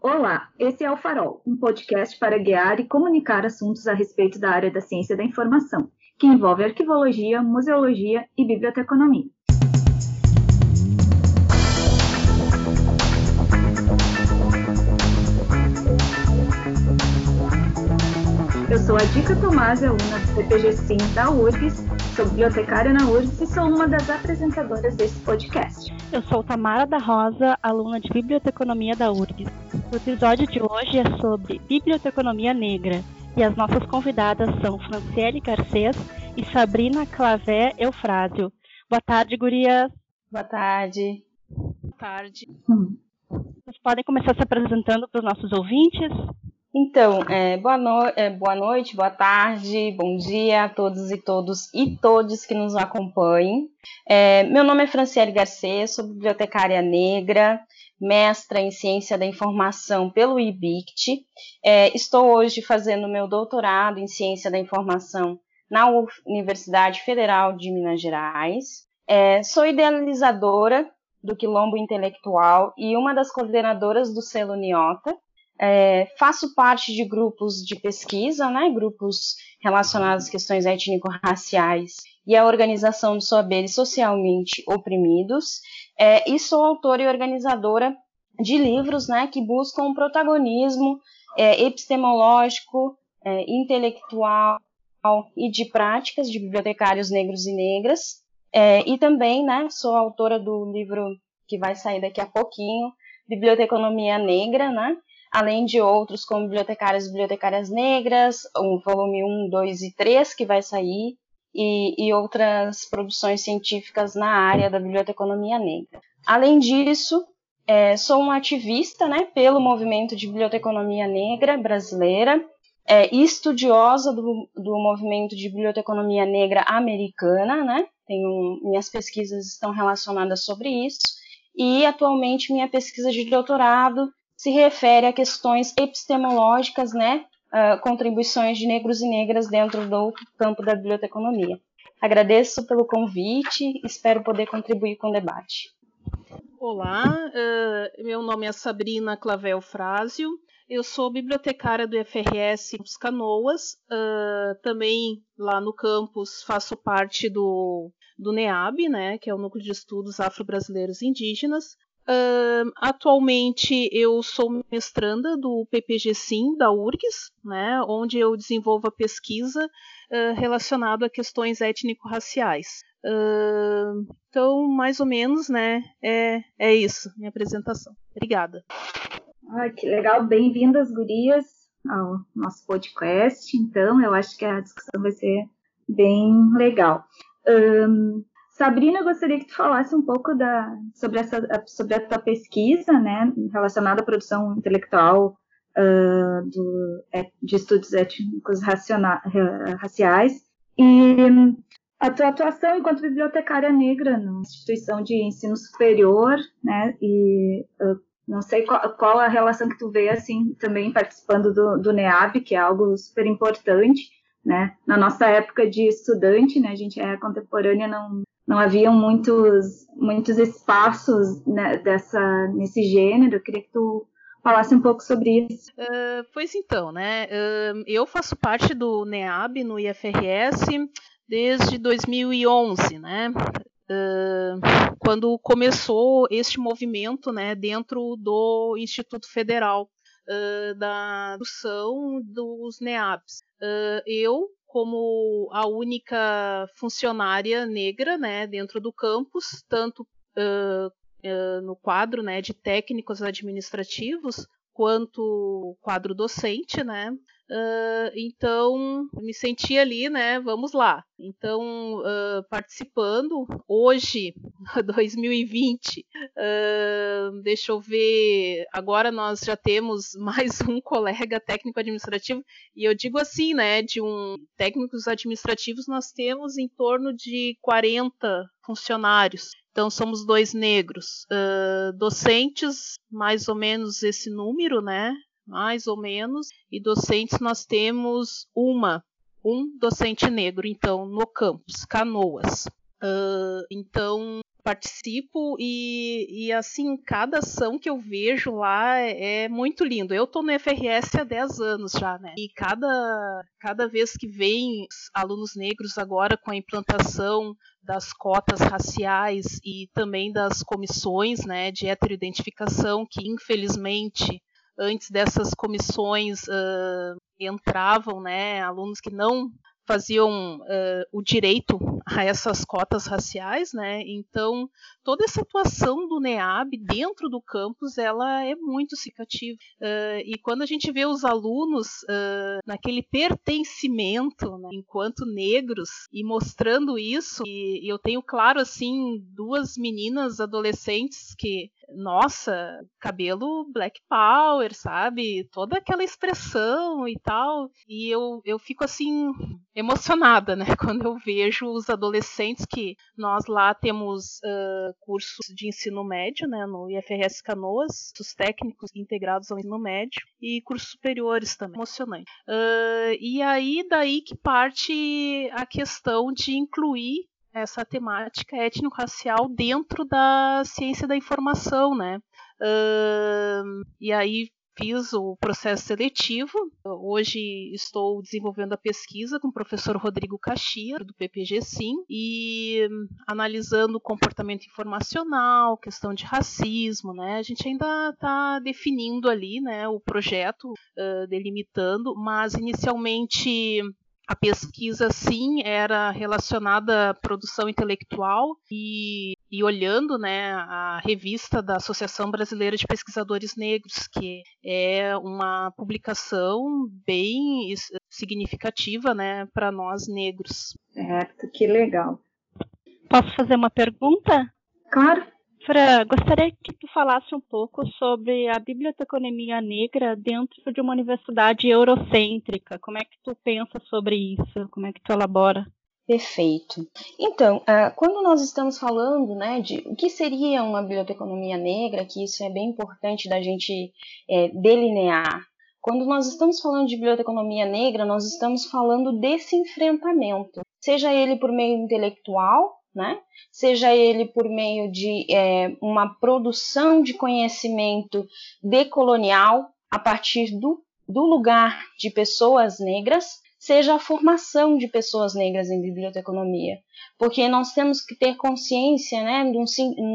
Olá, esse é o Farol, um podcast para guiar e comunicar assuntos a respeito da área da ciência da informação, que envolve arquivologia, museologia e biblioteconomia. Eu sou a Dica Tomás, aluna do PPG-Sim da URGS, sou bibliotecária na URGS e sou uma das apresentadoras desse podcast. Eu sou Tamara da Rosa, aluna de Biblioteconomia da URGS. O episódio de hoje é sobre Biblioteconomia Negra e as nossas convidadas são Franciele Garcês e Sabrina Clavé Eufrásio. Boa tarde, gurias. Boa tarde. Boa tarde. Vocês podem começar se apresentando para os nossos ouvintes? Então, boa noite, boa tarde, bom dia a todos e todos que nos acompanhem. Meu nome é Franciele Garcês, sou bibliotecária negra, mestra em Ciência da Informação pelo IBICT. Estou hoje fazendo meu doutorado em Ciência da Informação na Universidade Federal de Minas Gerais. Sou idealizadora do Quilombo Intelectual e uma das coordenadoras do selo Niota. Faço parte de grupos de pesquisa, grupos relacionados às questões étnico-raciais e à organização dos saberes socialmente oprimidos, e sou autora e organizadora de livros que buscam um protagonismo epistemológico, intelectual e de práticas de bibliotecários negros e negras, e também sou autora do livro que vai sair daqui a pouquinho, Biblioteconomia Negra, além de outros como Bibliotecários e Bibliotecárias Negras, o volume 1, 2 e 3 que vai sair, e outras produções científicas na área da biblioteconomia negra. Além disso, sou uma ativista pelo movimento de biblioteconomia negra brasileira, e estudiosa do movimento de biblioteconomia negra americana, minhas pesquisas estão relacionadas sobre isso, e atualmente minha pesquisa de doutorado se refere a questões epistemológicas, contribuições de negros e negras dentro do campo da biblioteconomia. Agradeço pelo convite e espero poder contribuir com o debate. Olá, meu nome é Sabrina Clavé Eufrásio, eu sou bibliotecária do IFRS Campus Canoas, também lá no campus faço parte do NEAB, que é o Núcleo de Estudos Afro-Brasileiros e Indígenas. Atualmente eu sou mestranda do PPG-Sim da URGS, onde eu desenvolvo a pesquisa relacionada a questões étnico-raciais. Então, mais ou menos, é isso, minha apresentação. Obrigada. Que legal, bem-vindas, gurias, ao nosso podcast. Então, eu acho que a discussão vai ser bem legal. Sabrina, eu gostaria que tu falasse um pouco sobre a tua pesquisa, relacionada à produção intelectual de estudos étnicos raciais e a tua atuação enquanto bibliotecária negra numa instituição de ensino superior, e não sei qual a relação que tu vê, assim, também participando do NEAB, que é algo super importante, Na nossa época de estudante, a gente é contemporânea, não haviam muitos espaços nesse gênero. Eu queria que tu falasse um pouco sobre isso. Pois então, eu faço parte do NEAB no IFRS desde 2011, quando começou este movimento dentro do Instituto Federal da produção dos NEABs. Eu, como a única funcionária negra dentro do campus, tanto no quadro de técnicos administrativos, quanto quadro docente, então me senti ali, vamos lá. Então, participando, hoje, 2020, deixa eu ver, agora nós já temos mais um colega técnico administrativo, e eu digo assim, de técnicos administrativos nós temos em torno de 40 funcionários. Então, somos 2 negros. Docentes, mais ou menos esse número, mais ou menos. E docentes nós temos um docente negro, então, no campus, Canoas. Então, participo e assim, cada ação que eu vejo lá é muito lindo. Eu estou no FRS há 10 anos já, né? E cada vez que vem alunos negros agora com a implantação das cotas raciais e também das comissões, né, de heteroidentificação, que infelizmente antes dessas comissões entravam, né, alunos que não faziam o direito a essas cotas raciais, né? Então, toda essa atuação do NEAB dentro do campus, ela é muito significativa. E quando a gente vê os alunos naquele pertencimento, né, enquanto negros, e mostrando isso, e eu tenho claro, assim, 2 meninas adolescentes que, nossa, cabelo Black Power, sabe? Toda aquela expressão e tal. E eu fico, assim, emocionada, né? Quando eu vejo os adolescentes, que nós lá temos cursos de ensino médio, né? No IFRS Canoas, cursos técnicos integrados ao ensino médio e cursos superiores também. Emocionante. E aí, daí que parte a questão de incluir essa temática étnico-racial dentro da ciência da informação, né? E aí fiz o processo seletivo. Hoje estou desenvolvendo a pesquisa com o professor Rodrigo Caxias, do PPG-Sim, e analisando o comportamento informacional, questão de racismo, né? A gente ainda está definindo ali, né, o projeto, delimitando, mas inicialmente a pesquisa, sim, era relacionada à produção intelectual e olhando, né, a revista da Associação Brasileira de Pesquisadores Negros, que é uma publicação bem significativa, né, para nós negros. Certo, que legal. Posso fazer uma pergunta? Claro. Fran, gostaria que tu falasse um pouco sobre a biblioteconomia negra dentro de uma universidade eurocêntrica. Como é que tu pensa sobre isso? Como é que tu elabora? Perfeito. Então, quando nós estamos falando, né, de o que seria uma biblioteconomia negra, que isso é bem importante da gente delinear. Quando nós estamos falando de biblioteconomia negra, nós estamos falando desse enfrentamento, seja ele por meio intelectual, né? Seja ele por meio de uma produção de conhecimento decolonial a partir do lugar de pessoas negras, seja a formação de pessoas negras em biblioteconomia. Porque nós temos que ter consciência, né, no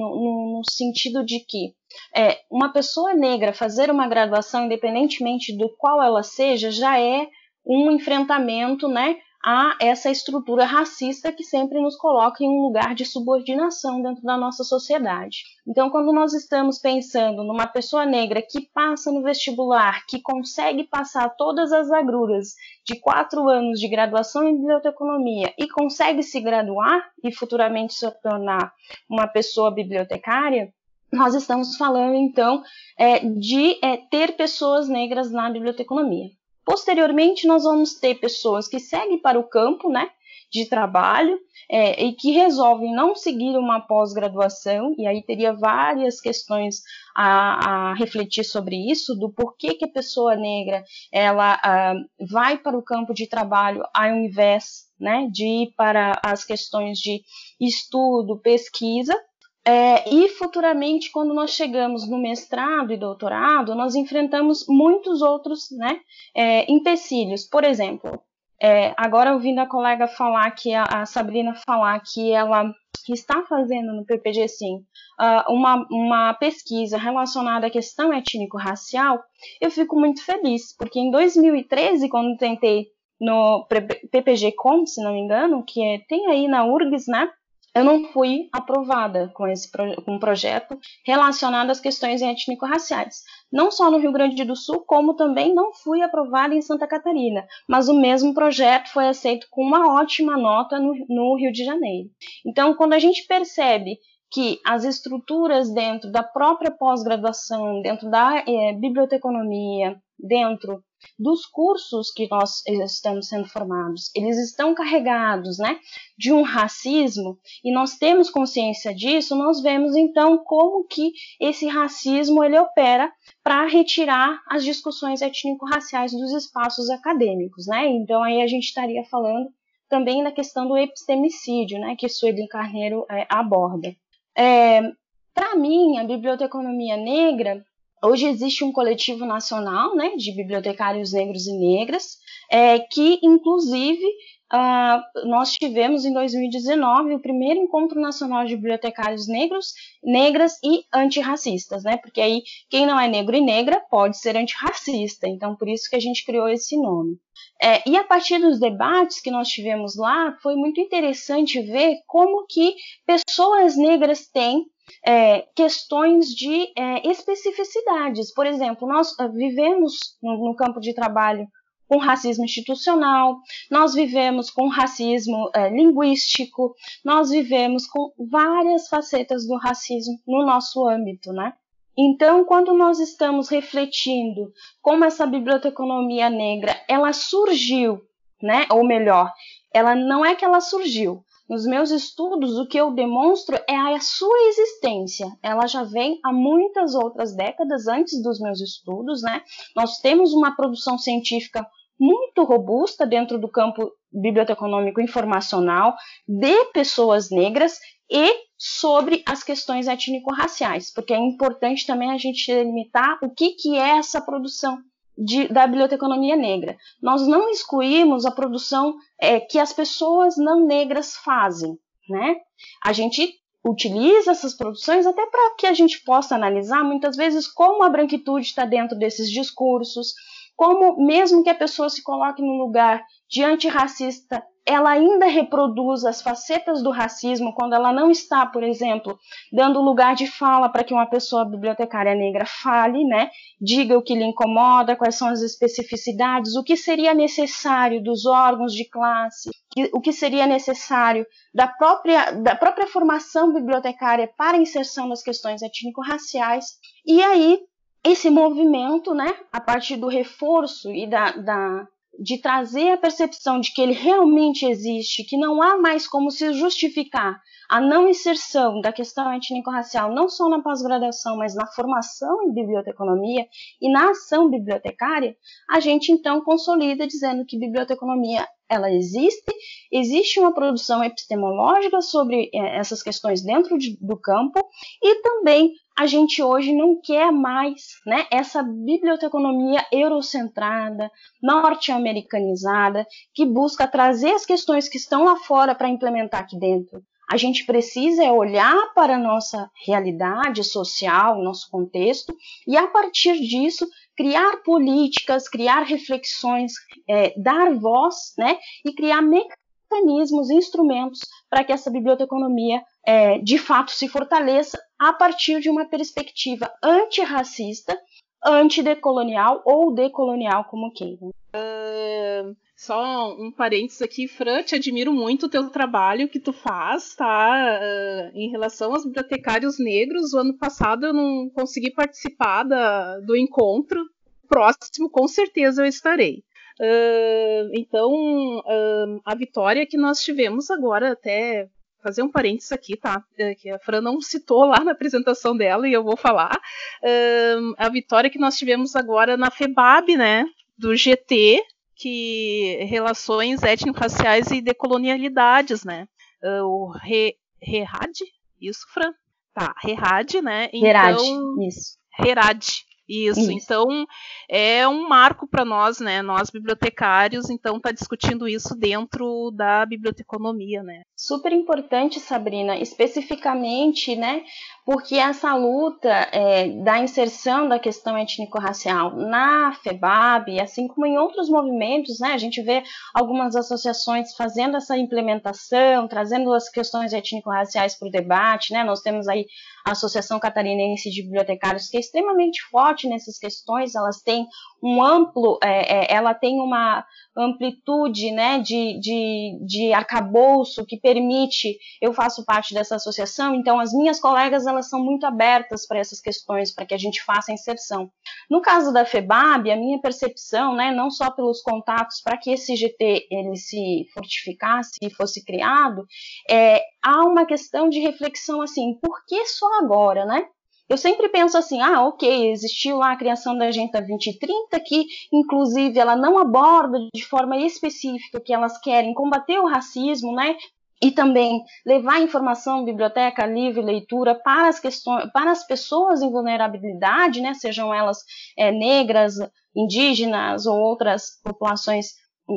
sentido de que uma pessoa negra fazer uma graduação, independentemente do qual ela seja, já é um enfrentamento, né, a essa estrutura racista que sempre nos coloca em um lugar de subordinação dentro da nossa sociedade. Então, quando nós estamos pensando numa pessoa negra que passa no vestibular, que consegue passar todas as agruras de 4 anos de graduação em biblioteconomia e consegue se graduar e futuramente se tornar uma pessoa bibliotecária, nós estamos falando, então, de ter pessoas negras na biblioteconomia. Posteriormente, nós vamos ter pessoas que seguem para o campo, né, de trabalho e que resolvem não seguir uma pós-graduação, e aí teria várias questões a refletir sobre isso, do porquê que a pessoa negra ela vai para o campo de trabalho ao invés, né, de ir para as questões de estudo, pesquisa. E futuramente, quando nós chegamos no mestrado e doutorado, nós enfrentamos muitos outros, né, empecilhos. Por exemplo, agora ouvindo a colega falar, que a Sabrina falar que ela está fazendo no PPG-Sim uma pesquisa relacionada à questão étnico-racial, eu fico muito feliz, porque em 2013, quando tentei no PPG-Com, se não me engano, que tem aí na URGS, né, eu não fui aprovada com um projeto relacionado às questões étnico-raciais. Não só no Rio Grande do Sul, como também não fui aprovada em Santa Catarina. Mas o mesmo projeto foi aceito com uma ótima nota no Rio de Janeiro. Então, quando a gente percebe que as estruturas dentro da própria pós-graduação, dentro da biblioteconomia, dentro dos cursos que nós estamos sendo formados, eles estão carregados, né, de um racismo, e nós temos consciência disso, nós vemos então como que esse racismo ele opera para retirar as discussões étnico-raciais dos espaços acadêmicos, né? Então aí a gente estaria falando também da questão do epistemicídio, né, que Sueli Carneiro aborda. Para mim, a biblioteconomia negra, hoje existe um coletivo nacional, né, de bibliotecários negros e negras, que, inclusive, nós tivemos em 2019 o primeiro encontro nacional de bibliotecários negras e antirracistas, né? Porque aí quem não é negro e negra pode ser antirracista, então por isso que a gente criou esse nome. E a partir dos debates que nós tivemos lá, foi muito interessante ver como que pessoas negras têm questões de especificidades. Por exemplo, nós vivemos no campo de trabalho com racismo institucional, nós vivemos com racismo linguístico, nós vivemos com várias facetas do racismo no nosso âmbito, né? Então, quando nós estamos refletindo como essa biblioteconomia negra, ela surgiu, né? Ou melhor, ela não é que ela surgiu. Nos meus estudos, o que eu demonstro é a sua existência. Ela já vem há muitas outras décadas antes dos meus estudos, né? Nós temos uma produção científica muito robusta dentro do campo biblioteconômico informacional de pessoas negras e sobre as questões étnico-raciais, porque é importante também a gente delimitar o que é essa produção da biblioteconomia negra. Nós não excluímos a produção que as pessoas não negras fazem, né? A gente utiliza essas produções até para que a gente possa analisar muitas vezes como a branquitude está dentro desses discursos, como mesmo que a pessoa se coloque no lugar de antirracista, ela ainda reproduz as facetas do racismo quando ela não está, por exemplo, dando lugar de fala para que uma pessoa bibliotecária negra fale, né? Diga o que lhe incomoda, quais são as especificidades, o que seria necessário dos órgãos de classe, o que seria necessário da própria formação bibliotecária para a inserção das questões étnico-raciais. E aí, esse movimento, né, a partir do reforço e de trazer a percepção de que ele realmente existe, que não há mais como se justificar a não inserção da questão étnico-racial, não só na pós-graduação, mas na formação em biblioteconomia e na ação bibliotecária, a gente então consolida dizendo que biblioteconomia ela existe uma produção epistemológica sobre essas questões dentro do campo e também a gente hoje não quer mais, né, essa biblioteconomia eurocentrada, norte-americanizada, que busca trazer as questões que estão lá fora para implementar aqui dentro. A gente precisa olhar para a nossa realidade social, nosso contexto, e a partir disso criar políticas, criar reflexões, dar voz, né, e criar mecanismos, instrumentos para que essa biblioteconomia de fato se fortaleça a partir de uma perspectiva antirracista, antidecolonial ou decolonial, como queiram. Só um parênteses aqui, Fran, te admiro muito o teu trabalho que tu faz, tá? Em relação aos bibliotecários negros, o ano passado eu não consegui participar do encontro. Próximo, com certeza eu estarei. Então, a vitória que nós tivemos agora, até fazer um parênteses aqui, tá? Que a Fran não citou lá na apresentação dela e eu vou falar. A vitória que nós tivemos agora na FEBAB, né? Do GT, que relações étnico-raciais e decolonialidades, né? O RERAD, isso, Fran? Tá, RERAD, né? Então, isso. RERAD. Isso, então é um marco para nós, né, nós bibliotecários, então tá discutindo isso dentro da biblioteconomia, né. Super importante, Sabrina, especificamente, né, porque essa luta da inserção da questão étnico-racial na FEBAB, assim como em outros movimentos, né, a gente vê algumas associações fazendo essa implementação, trazendo as questões étnico-raciais para o debate, né, nós temos aí a Associação Catarinense de Bibliotecários, que é extremamente forte nessas questões, elas têm ela tem uma amplitude, né, de arcabouço que permite, eu faço parte dessa associação, então as minhas colegas, elas são muito abertas para essas questões, para que a gente faça a inserção. No caso da FEBAB, a minha percepção, né, não só pelos contatos para que esse GT ele se fortificasse e fosse criado, há uma questão de reflexão assim, por que só agora, né? Eu sempre penso assim, ok, existiu lá a criação da Agenda 2030, que inclusive ela não aborda de forma específica que elas querem combater o racismo, né? e também levar informação, biblioteca, livro, leitura para as pessoas em vulnerabilidade, né, sejam elas negras, indígenas ou outras populações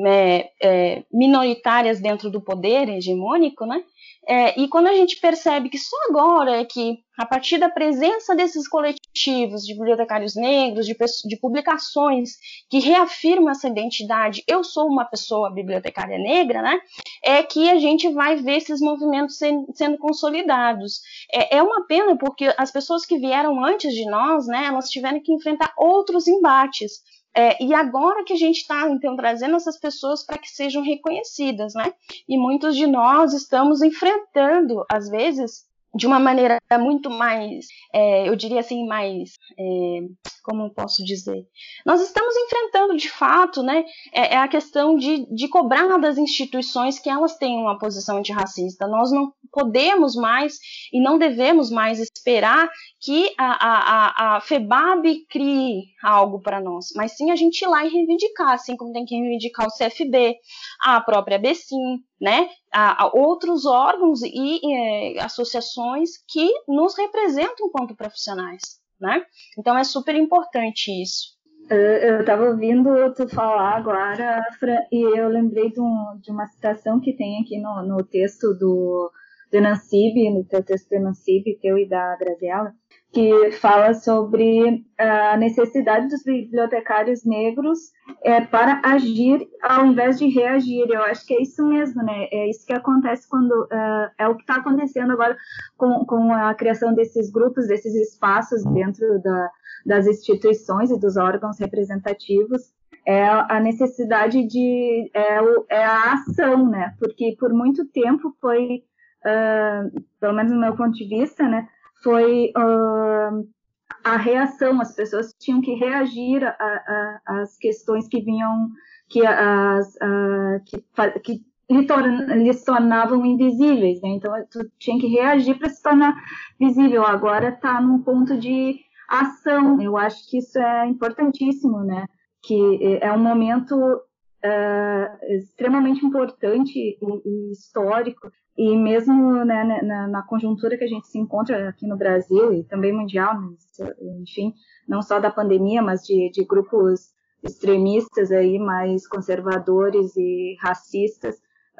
minoritárias dentro do poder hegemônico, né? E quando a gente percebe que só agora é que, a partir da presença desses coletivos de bibliotecários negros, de publicações que reafirmam essa identidade, eu sou uma pessoa bibliotecária negra, né, é que a gente vai ver esses movimentos sendo consolidados. É uma pena porque as pessoas que vieram antes de nós, né, elas tiveram que enfrentar outros embates. E agora que a gente está, então, trazendo essas pessoas para que sejam reconhecidas, né? E muitos de nós estamos enfrentando, às vezes, de uma maneira muito mais, eu diria assim, mais, como eu posso dizer? Nós estamos enfrentando, de fato, né, a questão de cobrar das instituições que elas tenham uma posição antirracista. Nós não podemos mais e não devemos mais esperar que a FEBAB crie algo para nós, mas sim a gente ir lá e reivindicar, assim como tem que reivindicar o CFB, a própria ABCIM, né, a outros órgãos e associações que nos representam enquanto profissionais, né? Então é super importante isso. Eu estava ouvindo tu falar agora, Fran, e eu lembrei de uma citação que tem aqui no texto do Nancib, no teu texto do Nancib, teu e da Graziella, que fala sobre a necessidade dos bibliotecários negros para agir ao invés de reagir. Eu acho que é isso mesmo, né? É isso que acontece quando é o que está acontecendo agora com a criação desses grupos, desses espaços dentro das instituições e dos órgãos representativos. É a necessidade a ação, né? Porque por muito tempo foi, pelo menos no meu ponto de vista, né, foi a reação, as pessoas tinham que reagir às questões que vinham, que lhes tornavam invisíveis, né? Então tu tinha que reagir para se tornar visível. Agora está num ponto de ação. Eu acho que isso é importantíssimo, né? Que é um momento extremamente importante e histórico, e mesmo, né, na conjuntura que a gente se encontra aqui no Brasil e também mundial, enfim, não só da pandemia, mas de grupos extremistas aí, mais conservadores e racistas,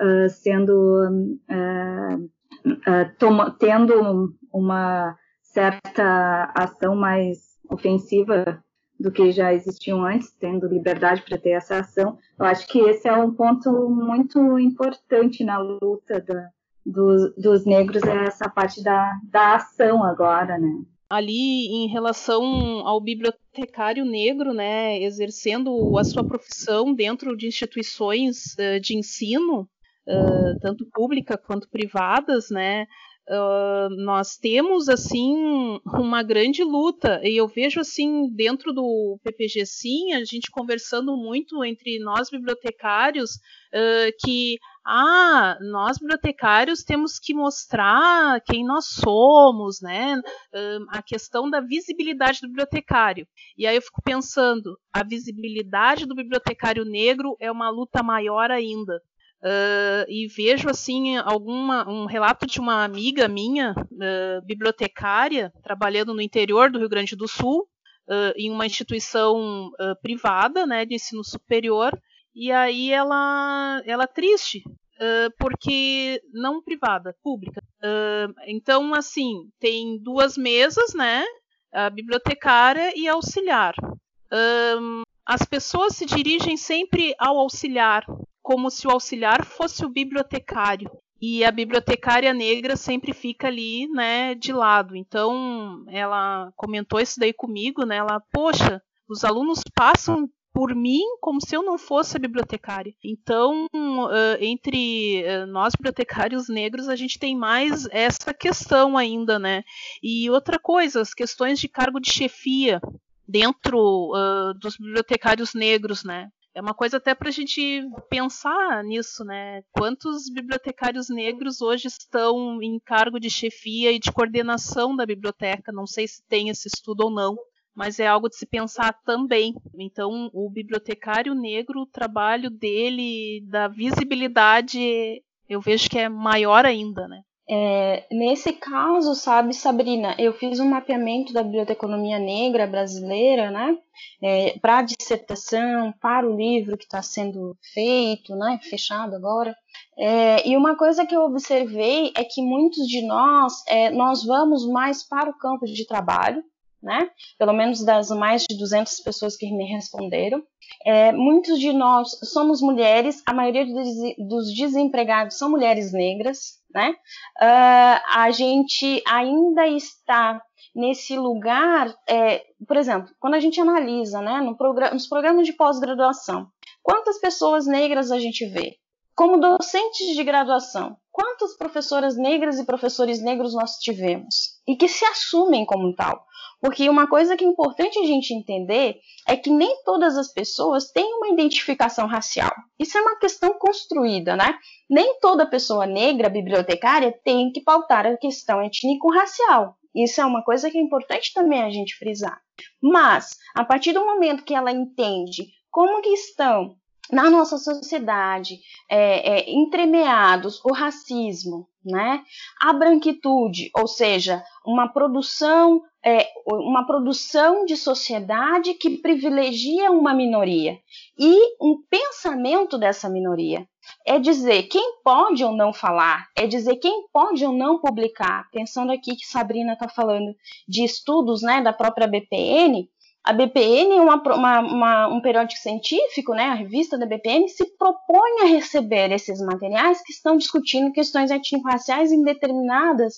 tendo uma certa ação mais ofensiva do que já existiam antes, tendo liberdade para ter essa ação. Eu acho que esse é um ponto muito importante na luta dos negros, é essa parte da ação agora, né? Ali, em relação ao bibliotecário negro, né, exercendo a sua profissão dentro de instituições de ensino, tanto públicas quanto privadas, né, nós temos assim uma grande luta, e eu vejo assim dentro do PPG-Sim, a gente conversando muito entre nós bibliotecários, que nós bibliotecários temos que mostrar quem nós somos, né? A questão da visibilidade do bibliotecário. E aí eu fico pensando, a visibilidade do bibliotecário negro é uma luta maior ainda. E vejo assim um relato de uma amiga minha, bibliotecária, trabalhando no interior do Rio Grande do Sul, em uma instituição privada, né, de ensino superior, e aí ela triste, porque não privada, pública. Então, assim, tem duas mesas, né, a bibliotecária e a auxiliar. As pessoas se dirigem sempre ao auxiliar, como se o auxiliar fosse o bibliotecário. E a bibliotecária negra sempre fica ali, né, de lado. Então, ela comentou isso daí comigo, né? Ela, poxa, os alunos passam por mim como se eu não fosse a bibliotecária. Então, entre nós bibliotecários negros, a gente tem mais essa questão ainda, né? E outra coisa, as questões de cargo de chefia dentro dos bibliotecários negros, né? É uma coisa até para a gente pensar nisso, né? Quantos bibliotecários negros hoje estão em cargo de chefia e de coordenação da biblioteca? Não sei se tem esse estudo ou não, mas é algo de se pensar também. Então, o bibliotecário negro, o trabalho dele, da visibilidade, eu vejo que é maior ainda, né? Nesse caso, sabe, Sabrina, eu fiz um mapeamento da biblioteconomia negra brasileira, né, para a dissertação, para o livro que está sendo feito, né, fechado agora. E uma coisa que eu observei é que muitos de nós vamos mais para o campo de trabalho, né, pelo menos das mais de 200 pessoas que me responderam. Muitos de nós somos mulheres, a maioria dos desempregados são mulheres negras, né? A gente ainda está nesse lugar, por exemplo, quando a gente analisa, né, nos programas de pós-graduação, quantas pessoas negras a gente vê? Como docentes de graduação, quantas professoras negras e professores negros nós tivemos? E que se assumem como tal. Porque uma coisa que é importante a gente entender é que nem todas as pessoas têm uma identificação racial. Isso é uma questão construída, né? Nem toda pessoa negra, bibliotecária, tem que pautar a questão étnico-racial. Isso é uma coisa que é importante também a gente frisar. Mas, a partir do momento que ela entende como que estão na nossa sociedade entremeados o racismo, né? A branquitude, ou seja, uma produção de sociedade que privilegia uma minoria e um pensamento dessa minoria. É dizer quem pode ou não falar, é dizer quem pode ou não publicar. Pensando aqui que Sabrina está falando de estudos, né, da própria BPN. A BPN é um periódico científico, né, a revista da BPN, se propõe a receber esses materiais que estão discutindo questões étnico-raciais em determinadas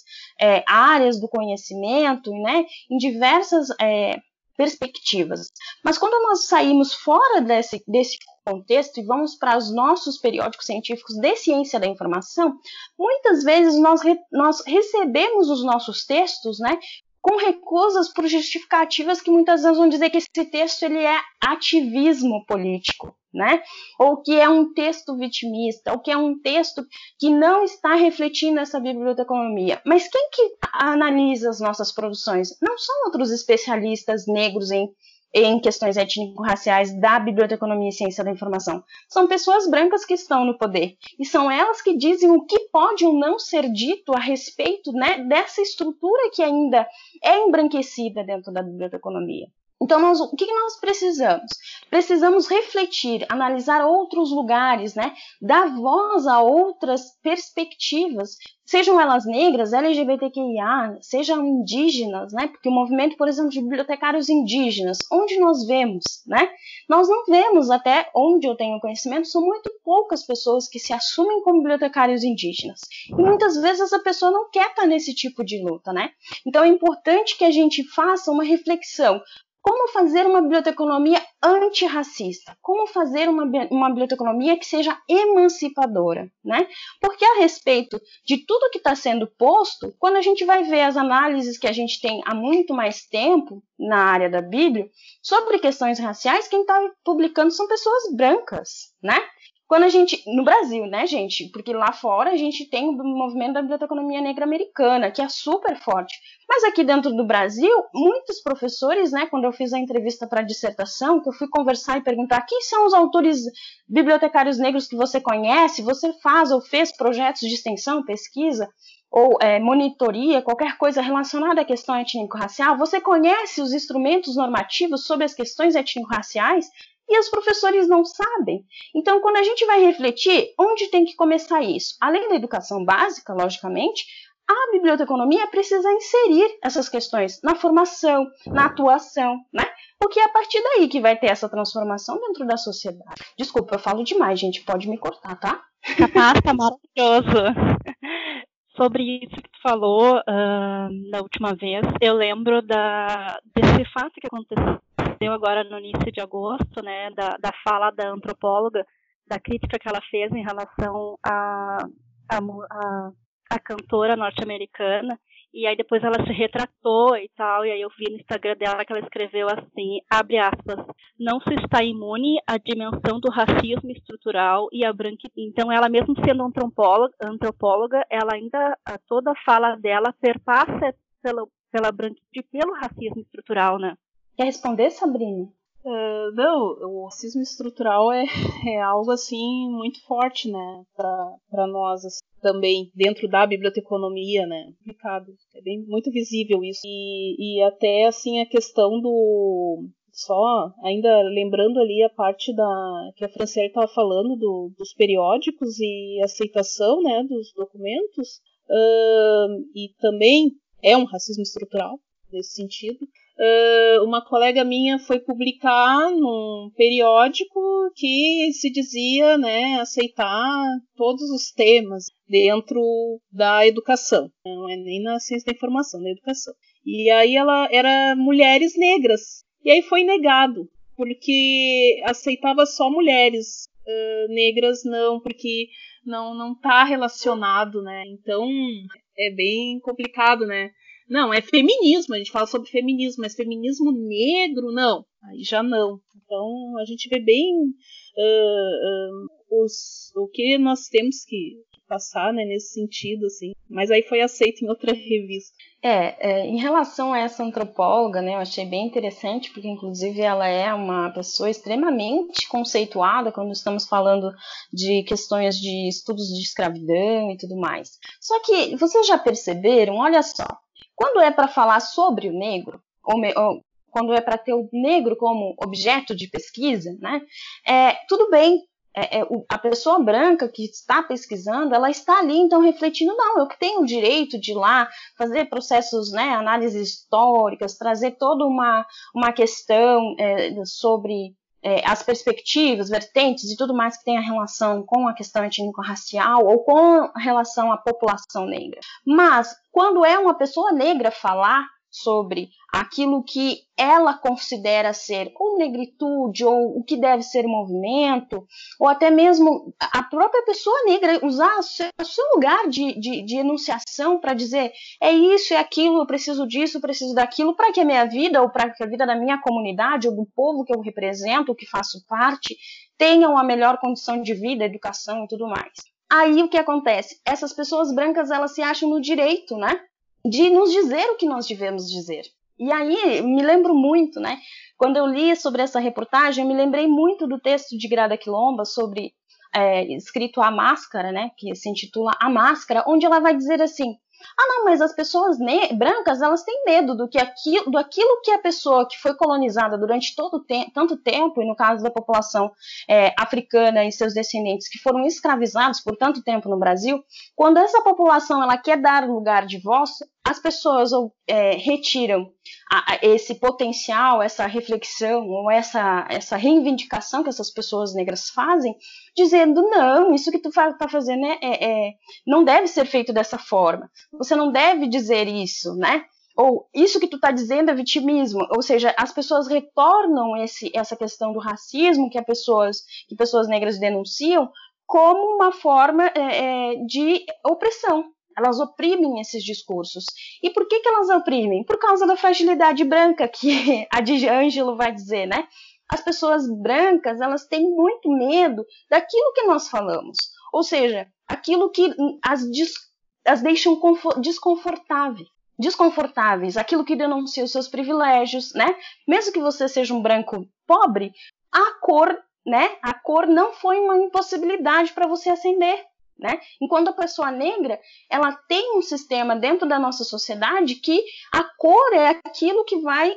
áreas do conhecimento, né, em diversas perspectivas. Mas quando nós saímos fora desse contexto e vamos para os nossos periódicos científicos de ciência da informação, muitas vezes nós recebemos os nossos textos, né, com recusas por justificativas que muitas vezes vão dizer que esse texto ele é ativismo político, né? Ou que é um texto vitimista, ou que é um texto que não está refletindo essa biblioteconomia. Mas quem que analisa as nossas produções? Não são outros especialistas negros em questões étnico-raciais da biblioteconomia e ciência da informação. São pessoas brancas que estão no poder. E são elas que dizem o que pode ou não ser dito a respeito, né, dessa estrutura que ainda é embranquecida dentro da biblioteconomia. Então, o que nós precisamos? Precisamos refletir, analisar outros lugares, né? Dar voz a outras perspectivas, sejam elas negras, LGBTQIA, sejam indígenas, né? Porque o movimento, por exemplo, de bibliotecários indígenas, onde nós vemos, né? Nós não vemos, até onde eu tenho conhecimento, são muito poucas pessoas que se assumem como bibliotecários indígenas. E muitas vezes essa pessoa não quer estar nesse tipo de luta, né? Então é importante que a gente faça uma reflexão. Como fazer uma biblioteconomia antirracista? Como fazer uma biblioteconomia que seja emancipadora, né? Porque a respeito de tudo que está sendo posto, quando a gente vai ver as análises que a gente tem há muito mais tempo na área da Bíblia, sobre questões raciais, quem está publicando são pessoas brancas, né? Quando a gente, no Brasil, né, gente, porque lá fora a gente tem o movimento da biblioteconomia negra americana, que é super forte. Mas aqui dentro do Brasil, muitos professores, né, quando eu fiz a entrevista para a dissertação, que eu fui conversar e perguntar quem são os autores bibliotecários negros que você conhece, você faz ou fez projetos de extensão, pesquisa, ou monitoria, qualquer coisa relacionada à questão étnico-racial, você conhece os instrumentos normativos sobre as questões étnico-raciais? E os professores não sabem. Então, quando a gente vai refletir, onde tem que começar isso? Além da educação básica, logicamente, a biblioteconomia precisa inserir essas questões na formação, na atuação, né? Porque é a partir daí que vai ter essa transformação dentro da sociedade. Desculpa, eu falo demais, gente, pode me cortar, tá? Capaz, tá maravilhoso. Sobre isso que tu falou da última vez, eu lembro desse fato que aconteceu agora no início de agosto, né, da fala da antropóloga, da crítica que ela fez em relação à cantora norte-americana, e aí depois ela se retratou e tal, e aí eu vi no Instagram dela que ela escreveu assim, abre aspas, não se está imune à dimensão do racismo estrutural e a branquitude. Então ela mesmo sendo antropóloga, ela ainda, toda a fala dela perpassa pela branquitude e pelo racismo estrutural, né? Quer responder, Sabrina? Não, o racismo estrutural é algo assim muito forte, né, para nós assim, também dentro da biblioteconomia, né, complicado, é bem muito visível isso e até assim a questão do só ainda lembrando ali a parte da que a Franciele estava falando dos periódicos e aceitação, né, dos documentos, e também é um racismo estrutural nesse sentido. Uma colega minha foi publicar num periódico que se dizia, né, aceitar todos os temas dentro da educação, não é nem na ciência da informação, na educação. E aí ela era mulheres negras, e aí foi negado, porque aceitava só mulheres negras, não, porque não está relacionado, né, então é bem complicado, né. Não, é feminismo, a gente fala sobre feminismo, mas feminismo negro, não, aí já não. Então, a gente vê bem o que nós temos que passar, né, nesse sentido, assim. Mas aí foi aceito em outra revista. Em relação a essa antropóloga, né, eu achei bem interessante, porque inclusive ela é uma pessoa extremamente conceituada quando estamos falando de questões de estudos de escravidão e tudo mais. Só que, vocês já perceberam, olha só, quando é para falar sobre o negro, ou quando é para ter o negro como objeto de pesquisa, né, tudo bem, a pessoa branca que está pesquisando, ela está ali, então, refletindo, não, eu que tenho o direito de ir lá fazer processos, né, análises históricas, trazer toda uma questão sobre as perspectivas, vertentes e tudo mais que tem a relação com a questão étnico-racial ou com relação à população negra. Mas, quando é uma pessoa negra falar sobre aquilo que ela considera ser ou negritude, ou o que deve ser movimento, ou até mesmo a própria pessoa negra usar o seu lugar de enunciação para dizer é isso, é aquilo, eu preciso disso, eu preciso daquilo, para que a minha vida, ou para que a vida da minha comunidade, ou do povo que eu represento, que faço parte, tenham uma melhor condição de vida, educação e tudo mais. Aí o que acontece? Essas pessoas brancas, elas se acham no direito, né, de nos dizer o que nós devemos dizer. E aí, me lembro muito, né, quando eu li sobre essa reportagem, eu me lembrei muito do texto de Grada Quilomba sobre, escrito A Máscara, né, que se intitula A Máscara, onde ela vai dizer assim, não, mas as pessoas brancas, elas têm medo do aquilo que a pessoa que foi colonizada durante tanto tempo, e no caso da população africana e seus descendentes que foram escravizados por tanto tempo no Brasil, quando essa população ela quer dar lugar de voz, as pessoas retiram esse potencial, essa reflexão, ou essa reivindicação que essas pessoas negras fazem, dizendo, não, isso que tu está fazendo não deve ser feito dessa forma, você não deve dizer isso, né? Ou isso que tu está dizendo é vitimismo, ou seja, as pessoas retornam essa questão do racismo que pessoas negras denunciam como uma forma de opressão. Elas oprimem esses discursos. E por que elas oprimem? Por causa da fragilidade branca, que a D'Angelo vai dizer, né? As pessoas brancas, elas têm muito medo daquilo que nós falamos. Ou seja, aquilo que as deixam desconfortáveis, aquilo que denuncia os seus privilégios, né? Mesmo que você seja um branco pobre, a cor não foi uma impossibilidade para você ascender. Né? Enquanto a pessoa negra, ela tem um sistema dentro da nossa sociedade que a cor é aquilo que vai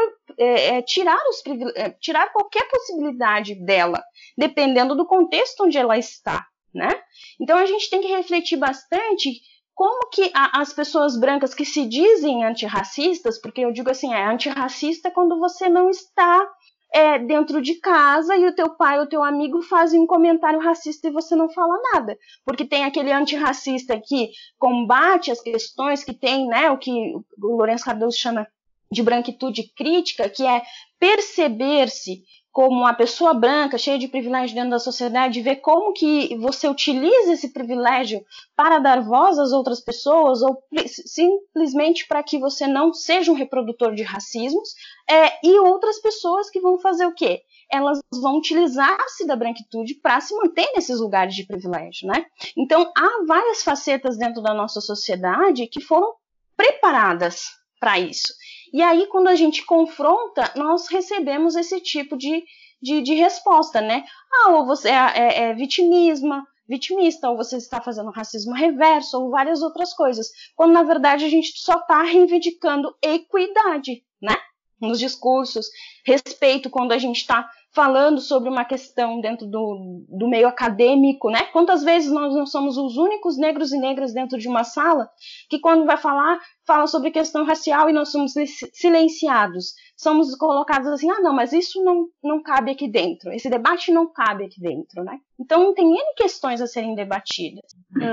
tirar qualquer possibilidade dela, dependendo do contexto onde ela está, né? Então a gente tem que refletir bastante como que as pessoas brancas que se dizem antirracistas, porque eu digo assim, antirracista quando você não está dentro de casa e o teu pai ou teu amigo fazem um comentário racista e você não fala nada, porque tem aquele antirracista que combate as questões que tem, né, o que o Lourenço Cardoso chama de branquitude crítica, que é perceber-se como uma pessoa branca, cheia de privilégio dentro da sociedade, ver como que você utiliza esse privilégio para dar voz às outras pessoas, ou simplesmente para que você não seja um reprodutor de racismos, e outras pessoas que vão fazer o quê? Elas vão utilizar-se da branquitude para se manter nesses lugares de privilégio, né? Então, há várias facetas dentro da nossa sociedade que foram preparadas para isso. E aí, quando a gente confronta, nós recebemos esse tipo de resposta, né? Ou você é vitimista, ou você está fazendo racismo reverso, ou várias outras coisas. Quando, na verdade, a gente só está reivindicando equidade, né? Nos discursos, respeito quando a gente está falando sobre uma questão dentro do meio acadêmico, né? Quantas vezes nós não somos os únicos negros e negras dentro de uma sala que quando vai falar, fala sobre questão racial e nós somos silenciados. Somos colocados assim, não, mas isso não cabe aqui dentro. Esse debate não cabe aqui dentro, né? Então tem N questões a serem debatidas.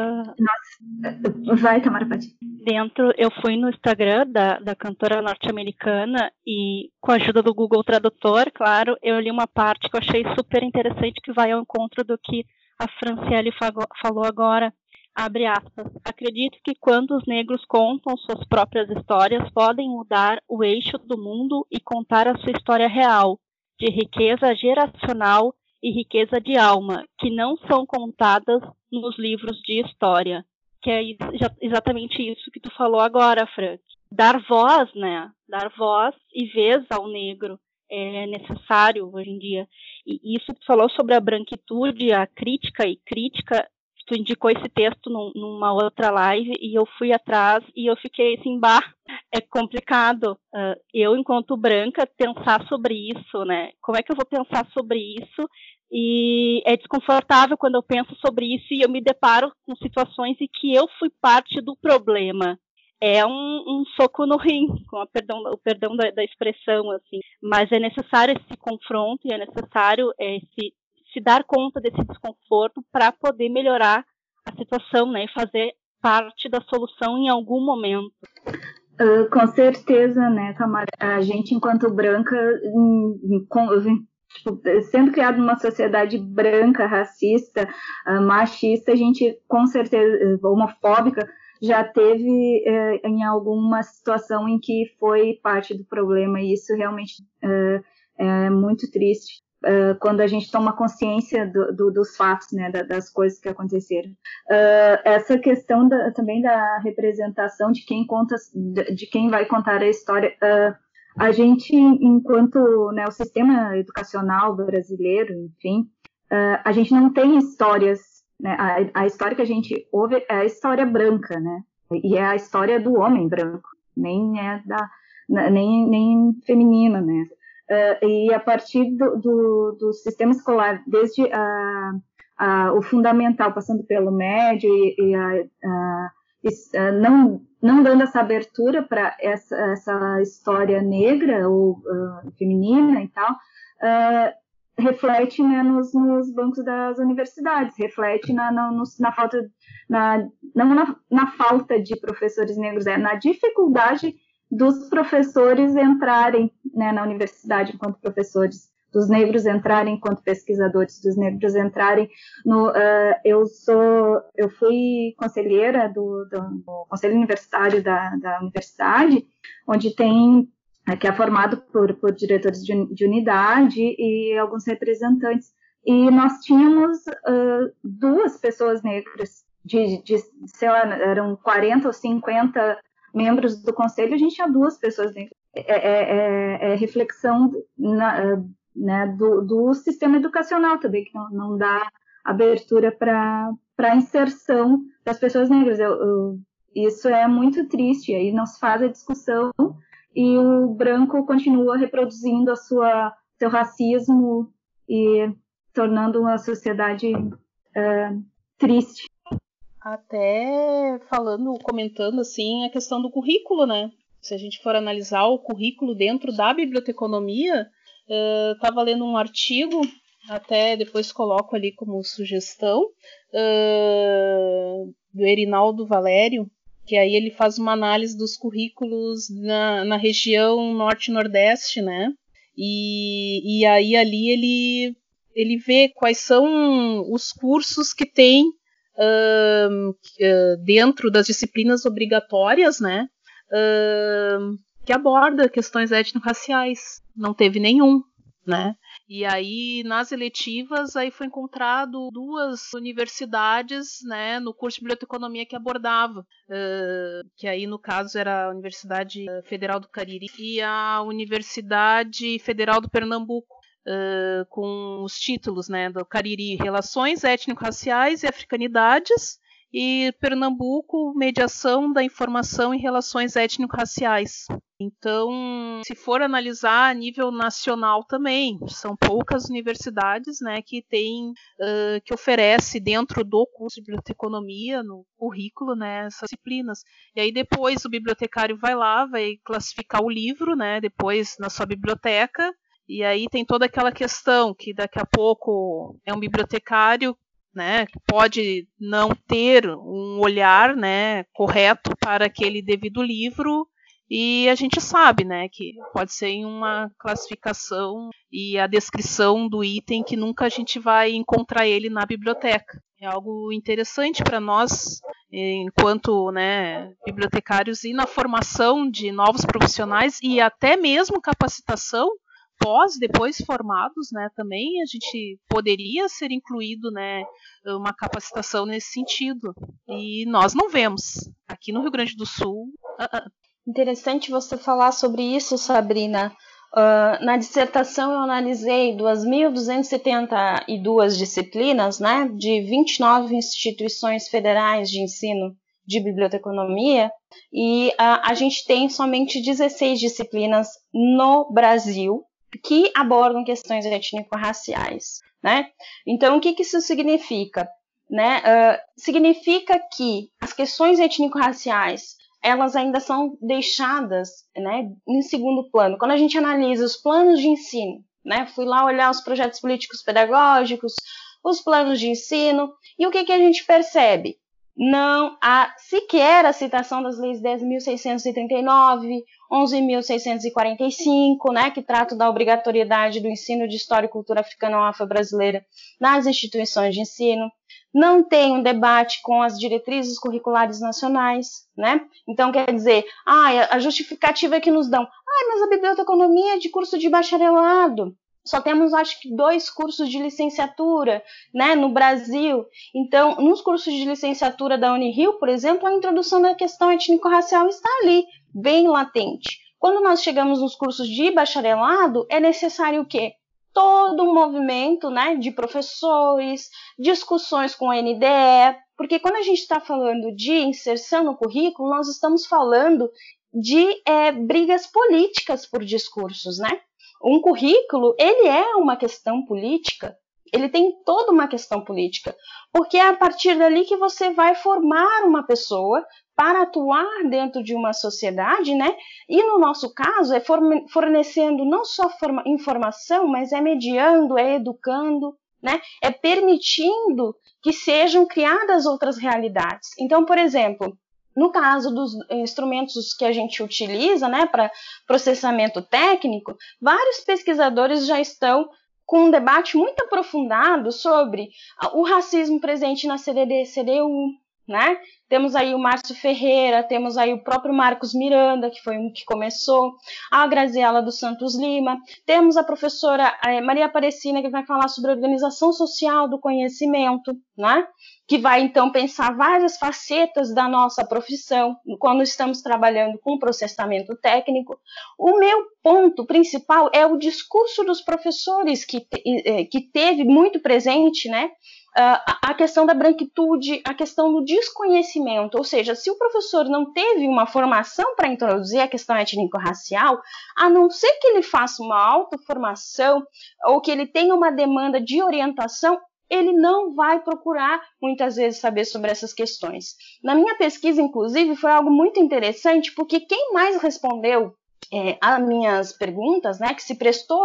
Vai, Tamara, pode. Eu fui no Instagram da cantora norte-americana e, com a ajuda do Google Tradutor, claro, eu li uma parte que eu achei super interessante, que vai ao encontro do que a Franciele falou agora. Abre aspas. Acredito que quando os negros contam suas próprias histórias, podem mudar o eixo do mundo e contar a sua história real, de riqueza geracional e riqueza de alma, que não são contadas nos livros de história. Que é exatamente isso que tu falou agora, Frank. Dar voz, né? Dar voz e vez ao negro é necessário hoje em dia. E isso que tu falou sobre a branquitude, a crítica, tu indicou esse texto numa outra live e eu fui atrás e eu fiquei assim, é complicado. Eu, enquanto branca, pensar sobre isso, né? Como é que eu vou pensar sobre isso? E é desconfortável quando eu penso sobre isso e eu me deparo com situações em que eu fui parte do problema. É um soco no rim, com o perdão da expressão, assim. Mas é necessário esse confronto e é necessário se dar conta desse desconforto para poder melhorar a situação, né, e fazer parte da solução em algum momento. Com certeza, né, Tamara? A gente, enquanto branca, sendo criado numa sociedade branca, racista, machista, a gente, com certeza, homofóbica, já teve em alguma situação em que foi parte do problema, e isso realmente é muito triste. Quando a gente toma consciência dos fatos, né, das coisas que aconteceram. Essa questão também da representação de quem vai contar a história, a gente, enquanto, né, o sistema educacional brasileiro, enfim, a gente não tem histórias, né, a história que a gente ouve é a história branca, né, e é a história do homem branco, nem é nem feminina, né. E a partir do sistema escolar, desde o fundamental, passando pelo médio não dando essa abertura para essa história negra ou feminina e tal, reflete, né, nos bancos das universidades, reflete na falta, não na falta de professores negros, na dificuldade dos professores entrarem, né, na universidade enquanto professores, dos negros entrarem enquanto pesquisadores, dos negros entrarem no... eu fui conselheira do conselho universitário da universidade, onde tem, que é formado por diretores de unidade e alguns representantes, e nós tínhamos 2 pessoas negras, sei lá, eram 40 ou 50 membros do conselho, a gente tinha 2 pessoas negras. É reflexão né, do sistema educacional também, que não dá abertura para a inserção das pessoas negras. Isso é muito triste, aí não se faz a discussão e o branco continua reproduzindo seu racismo e tornando uma sociedade triste. Até comentando assim a questão do currículo, né? Se a gente for analisar o currículo dentro da biblioteconomia, estava lendo um artigo, até depois coloco ali como sugestão, do Erinaldo Valério, que aí ele faz uma análise dos currículos na região norte-nordeste, né? E aí ali ele vê quais são os cursos que tem dentro das disciplinas obrigatórias, né, que aborda questões étnico-raciais. Não teve nenhum, né? E aí, nas eletivas, aí foi encontrado 2 universidades, né, no curso de biblioteconomia que abordava, que aí, no caso, era a Universidade Federal do Cariri e a Universidade Federal do Pernambuco, com os títulos, né, do Cariri, Relações Étnico-Raciais e Africanidades, e Pernambuco, Mediação da Informação em Relações Étnico-Raciais. Então, se for analisar a nível nacional também, são poucas universidades, né, que que oferece dentro do curso de biblioteconomia, no currículo, né, essas disciplinas. E aí depois o bibliotecário vai lá, vai classificar o livro, né, depois na sua biblioteca, e aí tem toda aquela questão que daqui a pouco é um bibliotecário, né, que pode não ter um olhar, né, correto para aquele devido livro, e a gente sabe, né, que pode ser em uma classificação e a descrição do item que nunca a gente vai encontrar ele na biblioteca. É algo interessante para nós, enquanto, né, bibliotecários, e na formação de novos profissionais e até mesmo capacitação depois formados, né, também a gente poderia ser incluído, né, uma capacitação nesse sentido. E nós não vemos. Aqui no Rio Grande do Sul... Interessante você falar sobre isso, Sabrina. Na dissertação eu analisei 2.272 disciplinas, né, de 29 instituições federais de ensino de biblioteconomia, e a gente tem somente 16 disciplinas no Brasil que abordam questões étnico-raciais, né? Então, o que isso significa? Né? Significa que as questões étnico-raciais, elas ainda são deixadas, né, em segundo plano. Quando a gente analisa os planos de ensino, né, fui lá olhar os projetos políticos pedagógicos, os planos de ensino, e o que a gente percebe? Não há sequer a citação das leis 10.639, 11.645, né, que tratam da obrigatoriedade do ensino de história e cultura africana ou afro-brasileira nas instituições de ensino. Não tem um debate com as diretrizes curriculares nacionais, né? Então, quer dizer, a justificativa que nos dão, mas a biblioteconomia é de curso de bacharelado. Só temos, acho que, 2 cursos de licenciatura, né, no Brasil. Então, nos cursos de licenciatura da Unirio, por exemplo, a introdução da questão étnico-racial está ali, bem latente. Quando nós chegamos nos cursos de bacharelado, é necessário o quê? Todo um movimento, né, de professores, discussões com a NDE, porque quando a gente está falando de inserção no currículo, nós estamos falando de brigas políticas por discursos, né? Um currículo, ele é uma questão política, ele tem toda uma questão política, porque é a partir dali que você vai formar uma pessoa para atuar dentro de uma sociedade, né? E no nosso caso é fornecendo não só informação, mas é mediando, é educando, né? É permitindo que sejam criadas outras realidades. Então, por exemplo, no caso dos instrumentos que a gente utiliza, né, para processamento técnico, vários pesquisadores já estão com um debate muito aprofundado sobre o racismo presente na CDD-CDU, né? Temos aí o Márcio Ferreira, temos aí o próprio Marcos Miranda, que foi um que começou, a Graziela dos Santos Lima, temos a professora Maria Aparecida, que vai falar sobre a organização social do conhecimento, né? Que vai, então, pensar várias facetas da nossa profissão quando estamos trabalhando com processamento técnico. O meu ponto principal é o discurso dos professores que teve muito presente, né? A questão da branquitude, a questão do desconhecimento, ou seja, se o professor não teve uma formação para introduzir a questão étnico-racial, a não ser que ele faça uma autoformação ou que ele tenha uma demanda de orientação, ele não vai procurar, muitas vezes, saber sobre essas questões. Na minha pesquisa, inclusive, foi algo muito interessante, porque quem mais respondeu as minhas perguntas, né, que se prestou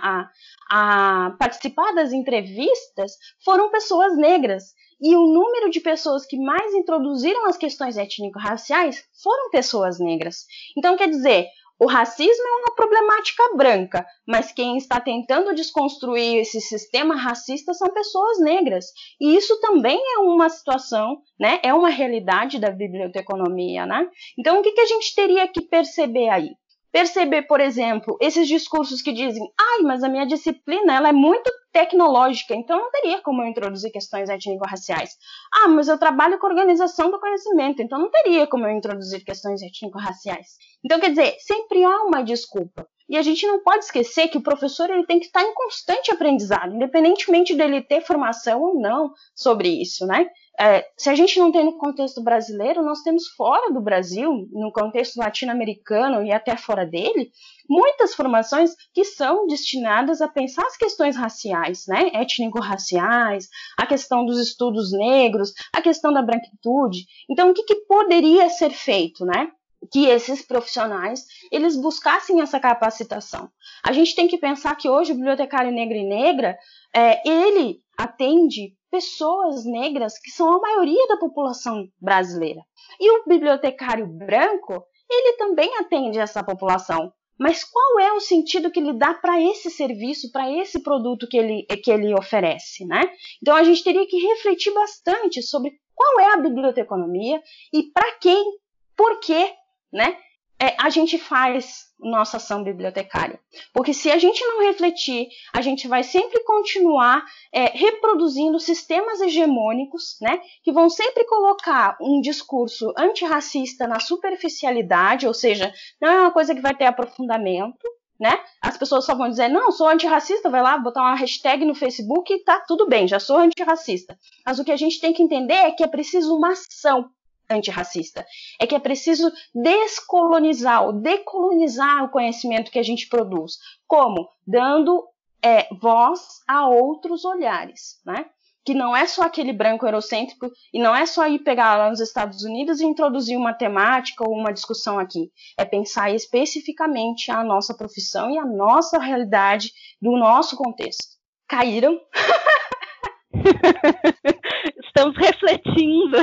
a participar das entrevistas, foram pessoas negras. E o número de pessoas que mais introduziram as questões étnico-raciais foram pessoas negras. Então, quer dizer, o racismo é uma problemática branca, mas quem está tentando desconstruir esse sistema racista são pessoas negras. E isso também é uma situação, né, é uma realidade da biblioteconomia, né? Então, o que a gente teria que perceber aí? perceber, por exemplo, esses discursos que dizem, mas a minha disciplina ela é muito tecnológica, então não teria como eu introduzir questões étnico-raciais. Mas eu trabalho com organização do conhecimento, então não teria como eu introduzir questões étnico-raciais. Então, quer dizer, sempre há uma desculpa. E a gente não pode esquecer que o professor ele tem que estar em constante aprendizado, independentemente dele ter formação ou não sobre isso, né? Se a gente não tem no contexto brasileiro, nós temos fora do Brasil, no contexto latino-americano e até fora dele, muitas formações que são destinadas a pensar as questões raciais, né? Étnico-raciais, a questão dos estudos negros, a questão da branquitude. Então, o que poderia ser feito, né? Que esses profissionais, eles buscassem essa capacitação. A gente tem que pensar que hoje o bibliotecário negro e negra, ele atende pessoas negras que são a maioria da população brasileira. E o bibliotecário branco, ele também atende essa população. Mas qual é o sentido que ele dá para esse serviço, para esse produto que ele oferece, né? Então a gente teria que refletir bastante sobre qual é a biblioteconomia e para quem, por quê, né? A gente faz nossa ação bibliotecária. Porque se a gente não refletir, a gente vai sempre continuar reproduzindo sistemas hegemônicos, né, que vão sempre colocar um discurso antirracista na superficialidade, ou seja, não é uma coisa que vai ter aprofundamento, né? As pessoas só vão dizer, não, sou antirracista, vai lá botar uma hashtag no Facebook e tá tudo bem, já sou antirracista. Mas o que a gente tem que entender é que é preciso uma ação antirracista. É que é preciso descolonizar ou decolonizar o conhecimento que a gente produz. Como? Dando voz a outros olhares, né? Que não é só aquele branco eurocêntrico e não é só ir pegar lá nos Estados Unidos e introduzir uma temática ou uma discussão aqui. É pensar especificamente a nossa profissão e a nossa realidade do nosso contexto. Caíram? Estamos refletindo.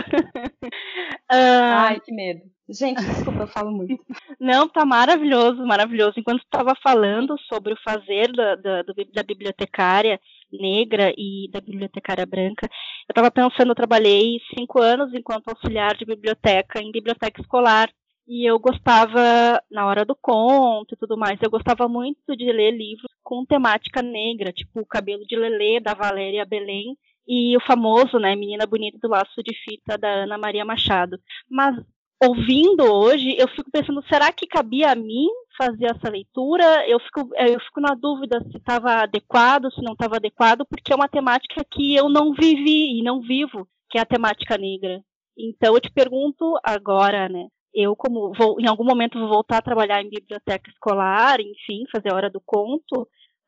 Ai, que medo. Gente, desculpa, eu falo muito. Não, tá maravilhoso, maravilhoso. Enquanto estava falando sobre o fazer da bibliotecária negra e da bibliotecária branca, eu estava pensando, eu trabalhei 5 anos enquanto auxiliar de biblioteca em biblioteca escolar. E eu gostava, na hora do conto e tudo mais, eu gostava muito de ler livros com temática negra, tipo O Cabelo de Lelê, da Valéria Belém, e o famoso, né, Menina Bonita do Laço de Fita, da Ana Maria Machado. Mas, ouvindo hoje, eu fico pensando, será que cabia a mim fazer essa leitura? Eu fico na dúvida se estava adequado, se não estava adequado, porque é uma temática que eu não vivi e não vivo, que é a temática negra. Então, eu te pergunto agora, né, eu, como em algum momento vou voltar a trabalhar em biblioteca escolar, enfim, fazer a hora do conto,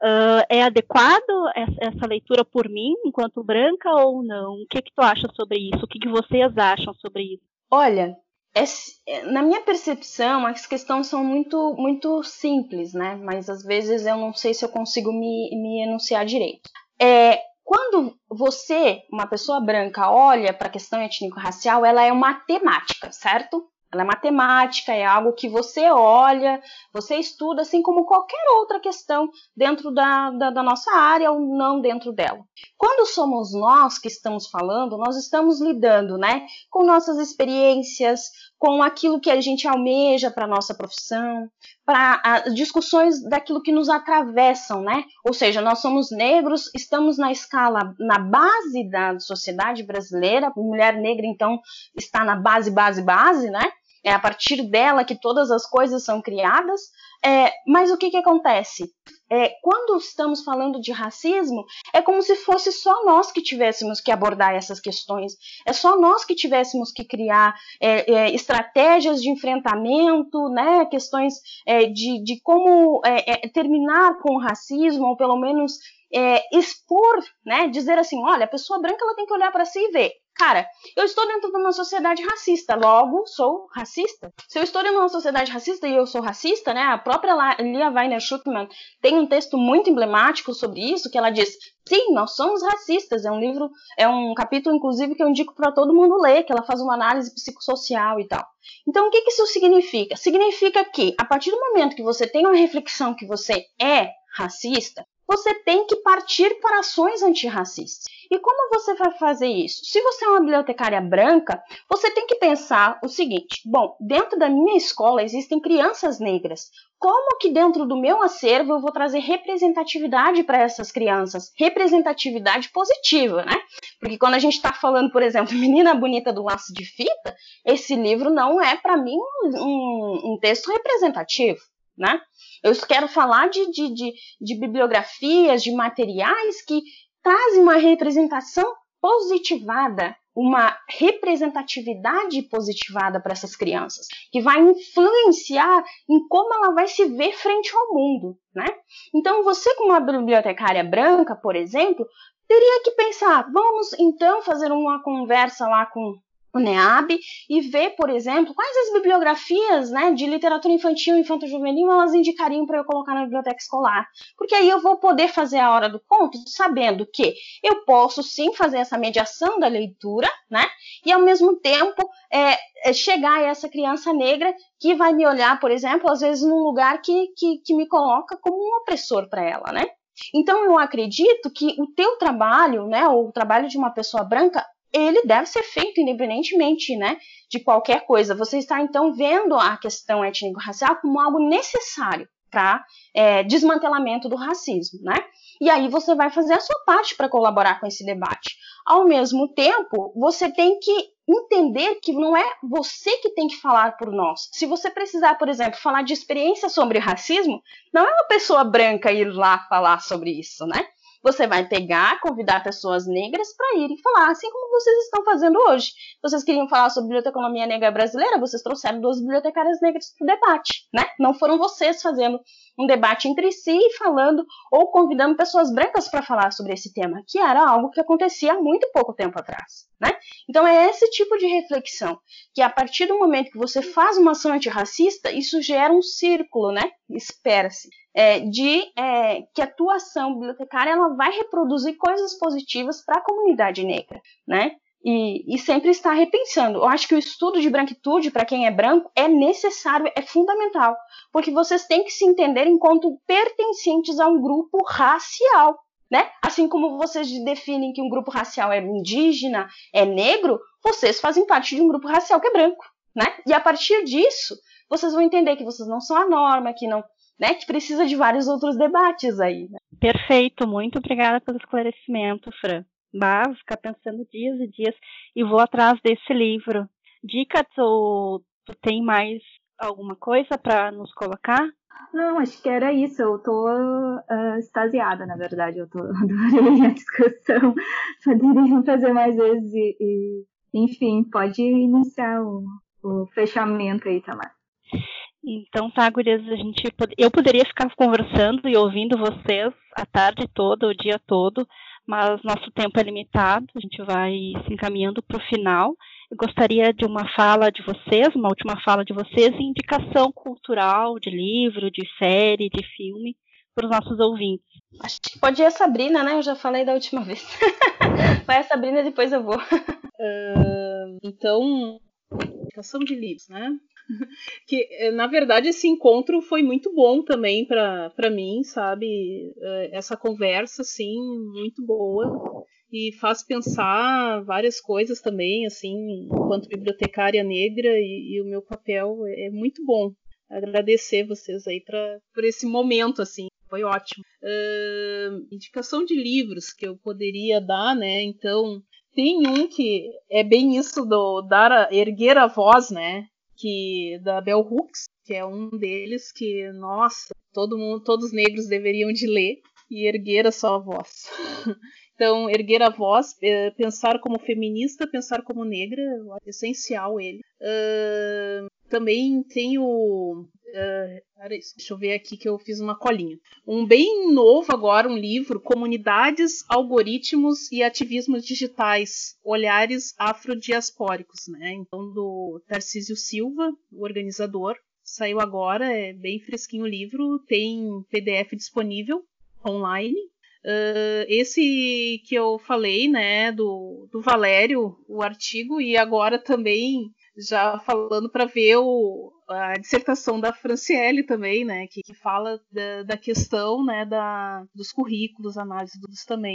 é adequado essa leitura por mim, enquanto branca, ou não? O que tu acha sobre isso? O que vocês acham sobre isso? Olha, na minha percepção, as questões são muito, muito simples, né? Mas às vezes eu não sei se eu consigo me enunciar direito. Quando você, uma pessoa branca, olha para a questão étnico-racial, ela é uma temática, certo? Ela é matemática, é algo que você olha, você estuda, assim como qualquer outra questão dentro da nossa área ou não dentro dela. Quando somos nós que estamos falando, nós estamos lidando, né, com nossas experiências, com aquilo que a gente almeja para a nossa profissão, para discussões daquilo que nos atravessam, né? Ou seja, nós somos negros, estamos na escala, na base da sociedade brasileira, mulher negra, então, está na base, né? É a partir dela que todas as coisas são criadas, mas o que acontece? Quando estamos falando de racismo, é como se fosse só nós que tivéssemos que abordar essas questões, é só nós que tivéssemos que criar estratégias de enfrentamento, né, questões de como terminar com o racismo, ou pelo menos expor, né, dizer assim, olha, a pessoa branca ela tem que olhar para si e ver, cara, eu estou dentro de uma sociedade racista, logo sou racista. Se eu estou dentro de uma sociedade racista e eu sou racista, né, a própria Lia Weiner Schuckmann tem um texto muito emblemático sobre isso, que ela diz, sim, nós somos racistas, é um capítulo, inclusive, que eu indico para todo mundo ler, que ela faz uma análise psicossocial e tal. Então, o que isso significa? Significa que, a partir do momento que você tem uma reflexão que você é racista, você tem que partir para ações antirracistas. E como você vai fazer isso? Se você é uma bibliotecária branca, você tem que pensar o seguinte: bom, dentro da minha escola existem crianças negras. Como que dentro do meu acervo eu vou trazer representatividade para essas crianças? Representatividade positiva, né? Porque quando a gente está falando, por exemplo, Menina Bonita do Laço de Fita, esse livro não é, para mim, um texto representativo, né? Eu quero falar de bibliografias, de materiais que trazem uma representação positivada, uma representatividade positivada para essas crianças, que vai influenciar em como ela vai se ver frente ao mundo, né? Então, você como uma bibliotecária branca, por exemplo, teria que pensar, vamos então fazer uma conversa lá com o NEAB e ver, por exemplo, quais as bibliografias, né, de literatura infantil e infanto-juvenil elas indicariam para eu colocar na biblioteca escolar. Porque aí eu vou poder fazer a hora do conto sabendo que eu posso sim fazer essa mediação da leitura, né, e ao mesmo tempo chegar a essa criança negra que vai me olhar, por exemplo, às vezes num lugar que me coloca como um opressor para ela, né. Então eu acredito que o teu trabalho, né, ou o trabalho de uma pessoa branca, ele deve ser feito independentemente, né, de qualquer coisa. Você está, então, vendo a questão étnico-racial como algo necessário para desmantelamento do racismo, né? E aí você vai fazer a sua parte para colaborar com esse debate. Ao mesmo tempo, você tem que entender que não é você que tem que falar por nós. Se você precisar, por exemplo, falar de experiência sobre racismo, não é uma pessoa branca ir lá falar sobre isso, né? Você vai convidar pessoas negras para irem falar, assim como vocês estão fazendo hoje. Vocês queriam falar sobre biblioteconomia negra brasileira, vocês trouxeram 2 bibliotecárias negras para o debate, né? Não foram vocês fazendo um debate entre si, falando ou convidando pessoas brancas para falar sobre esse tema, que era algo que acontecia há muito pouco tempo atrás, né? Então é esse tipo de reflexão, que a partir do momento que você faz uma ação antirracista, isso gera um círculo, né? Espera-se. Que a tua ação bibliotecária ela vai reproduzir coisas positivas para a comunidade negra, né? E sempre estar repensando. Eu acho que o estudo de branquitude, para quem é branco, é necessário, é fundamental, porque vocês têm que se entender enquanto pertencentes a um grupo racial, né? Assim como vocês definem que um grupo racial é indígena, é negro, vocês fazem parte de um grupo racial que é branco, né? E a partir disso, vocês vão entender que vocês não são a norma, que não... né, que precisa de vários outros debates aí. Né? Perfeito, muito obrigada pelo esclarecimento, Fran. Vou ficar pensando dias e dias e vou atrás desse livro. Dica, tu tem mais alguma coisa para nos colocar? Não, acho que era isso. Eu tô extasiada, na verdade. Eu adorei a discussão. Poderiam fazer mais vezes enfim, pode iniciar o fechamento aí, Tamara. Então tá, gurias, eu poderia ficar conversando e ouvindo vocês a tarde toda, o dia todo, mas nosso tempo é limitado, a gente vai se encaminhando para o final. Eu gostaria de uma última fala de vocês, e indicação cultural, de livro, de série, de filme, para os nossos ouvintes. Acho que pode ir a Sabrina, né? Eu já falei da última vez. Vai a Sabrina, depois eu vou. Então, indicação de livros, né? Que, na verdade, esse encontro foi muito bom também para mim, sabe? Essa conversa, assim, muito boa e faz pensar várias coisas também, assim, enquanto bibliotecária negra e o meu papel é muito bom. Agradecer vocês aí por esse momento, assim, foi ótimo. Indicação de livros que eu poderia dar, né? Então, tem um que é bem isso erguer a voz, né? Da Bell Hooks, que é um deles que, nossa, todos os negros deveriam de ler e erguer a sua voz. Então, erguer a voz, pensar como feminista, pensar como negra, é essencial ele. Também tem deixa eu ver aqui que eu fiz uma colinha. Um bem novo agora, um livro, Comunidades, Algoritmos e Ativismos Digitais, Olhares Afrodiaspóricos, né? Então, do Tarcísio Silva, o organizador. Saiu agora, é bem fresquinho o livro, tem PDF disponível online. Esse que eu falei, né, do Valério, o artigo, e agora também já falando para ver a dissertação da Franciele também, né, que fala da questão, né, dos currículos, análise dos também.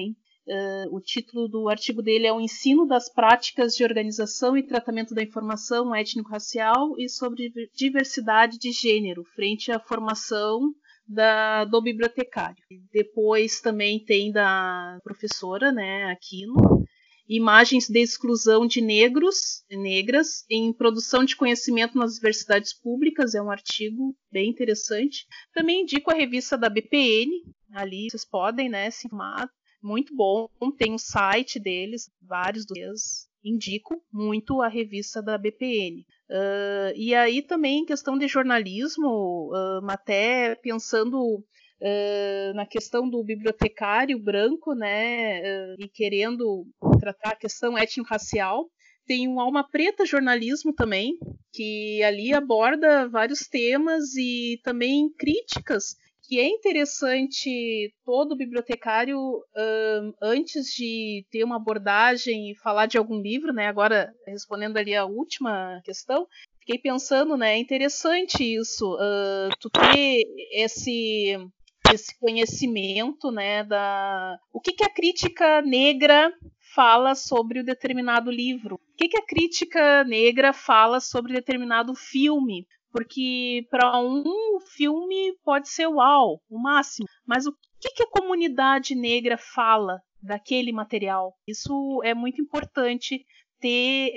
O título do artigo dele é O Ensino das Práticas de Organização e Tratamento da Informação Étnico-Racial e sobre Diversidade de Gênero, frente à formação do bibliotecário. Depois também tem da professora, né, Aquino, Imagens de Exclusão de Negros e Negras em Produção de Conhecimento nas Universidades Públicas, é um artigo bem interessante. Também indico a revista da BPN, ali vocês podem, né, se informar, muito bom, tem um site deles, vários deles, indico muito a revista da BPN. E aí também questão de jornalismo, até pensando na questão do bibliotecário branco, né, e querendo tratar a questão étnico-racial. Tem um Alma Preta Jornalismo também, que ali aborda vários temas e também críticas, que é interessante todo bibliotecário, antes de ter uma abordagem e falar de algum livro, né, agora respondendo ali a última questão, fiquei pensando, né, é interessante isso, tu ter esse conhecimento, né, o que a crítica negra fala sobre o determinado livro, o que a crítica negra fala sobre determinado filme, porque para um filme pode ser uau, o máximo, mas o que a comunidade negra fala daquele material? Isso é muito importante, ter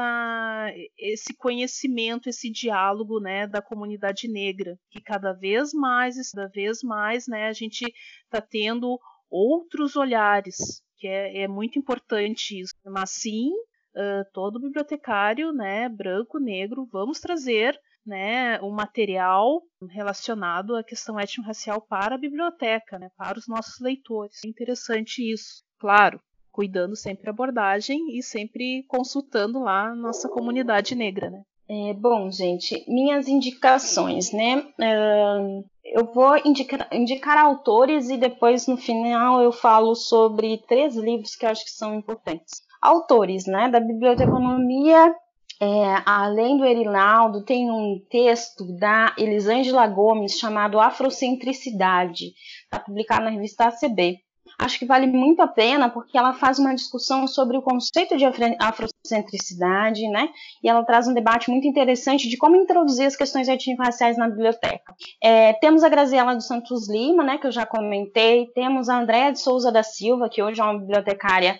esse conhecimento, esse diálogo, né, da comunidade negra, que cada vez mais, né, a gente está tendo outros olhares, que é muito importante isso. Mas sim, todo bibliotecário, né, branco, negro, vamos trazer, né, um material relacionado à questão étnico-racial para a biblioteca, né, para os nossos leitores. É interessante isso, claro, cuidando sempre da abordagem e sempre consultando lá a nossa comunidade negra, né? Bom, gente, minhas indicações, né? Eu vou indicar autores e depois no final eu falo sobre 3 livros que eu acho que são importantes. Autores, né? Da biblioteconomia, além do Erinaldo, tem um texto da Elisângela Gomes chamado Afrocentricidade, está publicado na revista ACB. Acho que vale muito a pena porque ela faz uma discussão sobre o conceito de afrocentricidade, né? E ela traz um debate muito interessante de como introduzir as questões étnico-raciais na biblioteca. Temos a Graziela dos Santos Lima, né, que eu já comentei, temos a Andréa de Souza da Silva, que hoje é uma bibliotecária,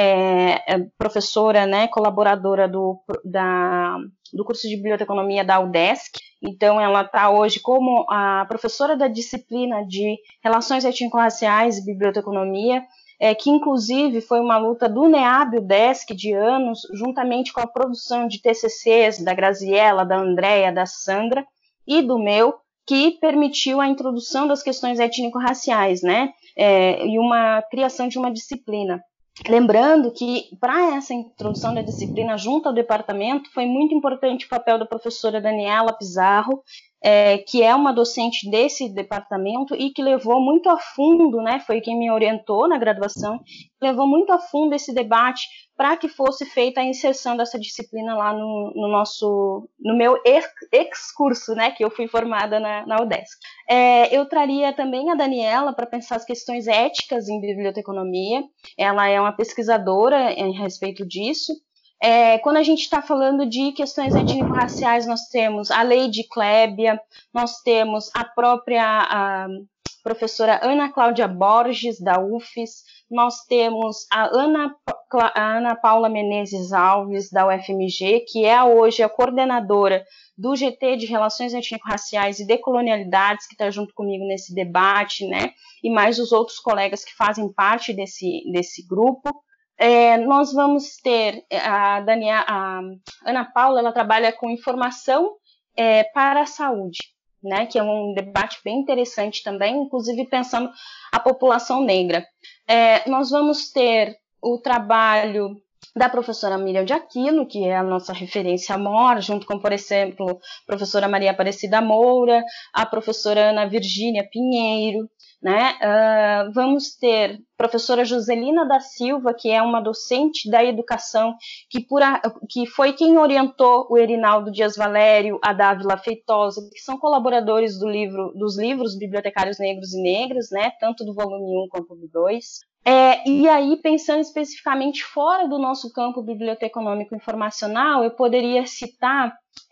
professora, né, colaboradora do curso de biblioteconomia da UDESC. Então, ela está hoje como a professora da disciplina de Relações Étnico-Raciais e Biblioteconomia, que inclusive foi uma luta do NEAB UDESC de anos, juntamente com a produção de TCCs da Graziela, da Andréa, da Sandra e do meu, que permitiu a introdução das questões étnico-raciais, né, e uma criação de uma disciplina. Lembrando que, para essa introdução da disciplina junto ao departamento, foi muito importante o papel da professora Daniela Pizarro, que é uma docente desse departamento e que levou muito a fundo, né, foi quem me orientou na graduação, levou muito a fundo esse debate para que fosse feita a inserção dessa disciplina lá no meu ex-curso, né, que eu fui formada na UDESC. Eu traria também a Daniela para pensar as questões éticas em biblioteconomia. Ela é uma pesquisadora em respeito disso. Quando a gente está falando de questões étnico-raciais, nós temos a Lady Clébia, nós temos a própria professora Ana Cláudia Borges, da UFES, nós temos a Ana Paula Menezes Alves, da UFMG, que é hoje a coordenadora do GT de Relações Étnico-Raciais e Decolonialidades, que está junto comigo nesse debate, né? E mais os outros colegas que fazem parte desse grupo. Nós vamos ter a Ana Paula, ela trabalha com informação para a saúde, né, que é um debate bem interessante também, inclusive pensando a população negra. Nós vamos ter o trabalho da professora Miriam de Aquino, que é a nossa referência maior, junto com, por exemplo, a professora Maria Aparecida Moura, a professora Ana Virgínia Pinheiro, né? Vamos ter a professora Joselina da Silva, que é uma docente da educação, que foi quem orientou o Erinaldo Dias Valério, a Dávila Feitosa, que são colaboradores dos livros Bibliotecários Negros e Negras, né? Tanto do volume 1 quanto do 2. E aí, pensando especificamente fora do nosso campo biblioteconômico informacional, eu poderia citar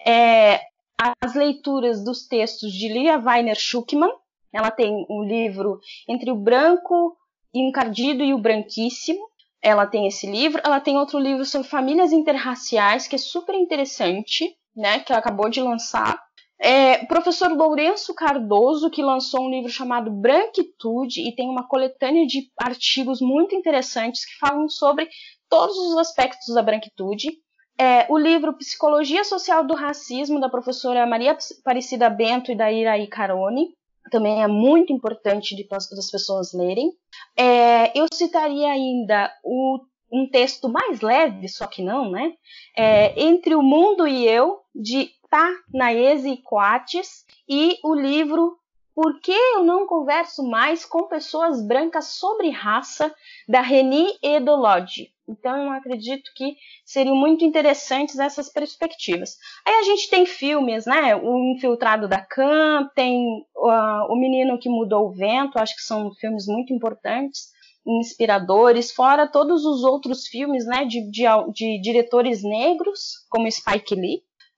as leituras dos textos de Lia Weiner Schuckmann. Ela tem um livro Entre o Branco, Encardido e o Branquíssimo. Ela tem esse livro. Ela tem outro livro sobre famílias interraciais, que é super interessante, né, que ela acabou de lançar. O professor Lourenço Cardoso, que lançou um livro chamado Branquitude, e tem uma coletânea de artigos muito interessantes que falam sobre todos os aspectos da branquitude. O livro Psicologia Social do Racismo, da professora Maria Aparecida Bento e da Iraí Carone, também é muito importante das pessoas lerem. Eu citaria ainda um texto mais leve, só que não, né? Entre o Mundo e Eu, de Ta-Nehesi Coates, e o livro Por que eu não converso mais com pessoas brancas sobre raça, da Reni Edolodi. Então, eu acredito que seriam muito interessantes essas perspectivas. Aí a gente tem filmes, né? O Infiltrado da Khan, tem O Menino que Mudou o Vento, acho que são filmes muito importantes, inspiradores, fora todos os outros filmes, né, de diretores negros, como Spike Lee.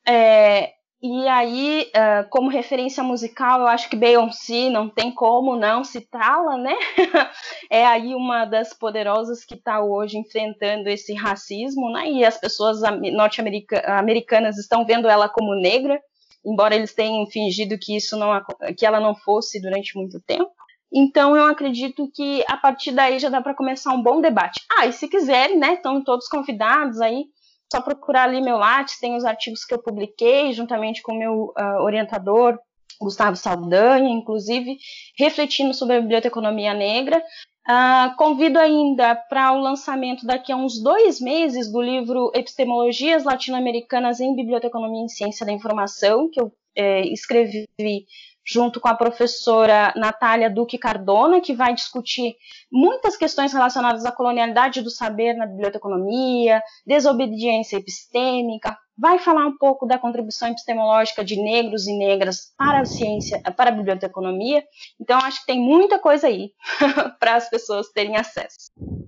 E aí, como referência musical, eu acho que Beyoncé não tem como não citá-la, né? É aí uma das poderosas que está hoje enfrentando esse racismo, né? E as pessoas norte-americanas estão vendo ela como negra, embora eles tenham fingido que ela não fosse durante muito tempo. Então, eu acredito que a partir daí já dá para começar um bom debate. E se quiserem, né, estão todos convidados aí, só procurar ali meu Lattes, tem os artigos que eu publiquei, juntamente com o meu orientador, Gustavo Saldanha, inclusive, refletindo sobre a biblioteconomia negra. Convido ainda para o lançamento daqui a uns 2 meses do livro Epistemologias Latino-Americanas em Biblioteconomia e Ciência da Informação, que eu escrevi junto com a professora Natália Duque Cardona, que vai discutir muitas questões relacionadas à colonialidade do saber na biblioteconomia, desobediência epistêmica, vai falar um pouco da contribuição epistemológica de negros e negras para a ciência, para a biblioteconomia. Então, acho que tem muita coisa aí para as pessoas terem acesso.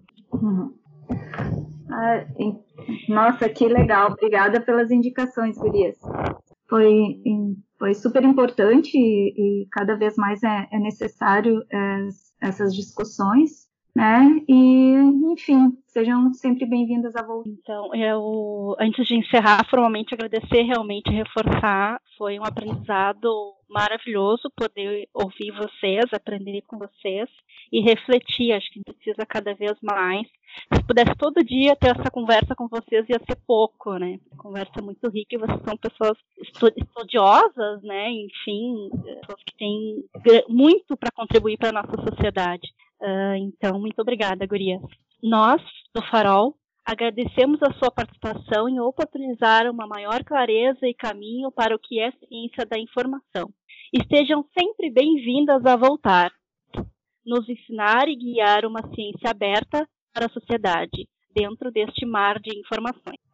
Nossa, que legal. Obrigada pelas indicações, gurias. Foi super importante e cada vez mais é necessário essas discussões, né? E, enfim, sejam sempre bem-vindas à volta. Então, antes de encerrar, formalmente agradecer, realmente reforçar, foi um aprendizado maravilhoso poder ouvir vocês, aprender com vocês e refletir. Acho que precisa cada vez mais. Se pudesse todo dia ter essa conversa com vocês, ia ser pouco, né? Conversa muito rica e vocês são pessoas estudiosas, né? Enfim, pessoas que têm muito para contribuir para a nossa sociedade. Então, muito obrigada, gurias. Nós, do Farol, agradecemos a sua participação em oportunizar uma maior clareza e caminho para o que é ciência da informação. Estejam sempre bem-vindas a voltar, nos ensinar e guiar uma ciência aberta para a sociedade, dentro deste mar de informações.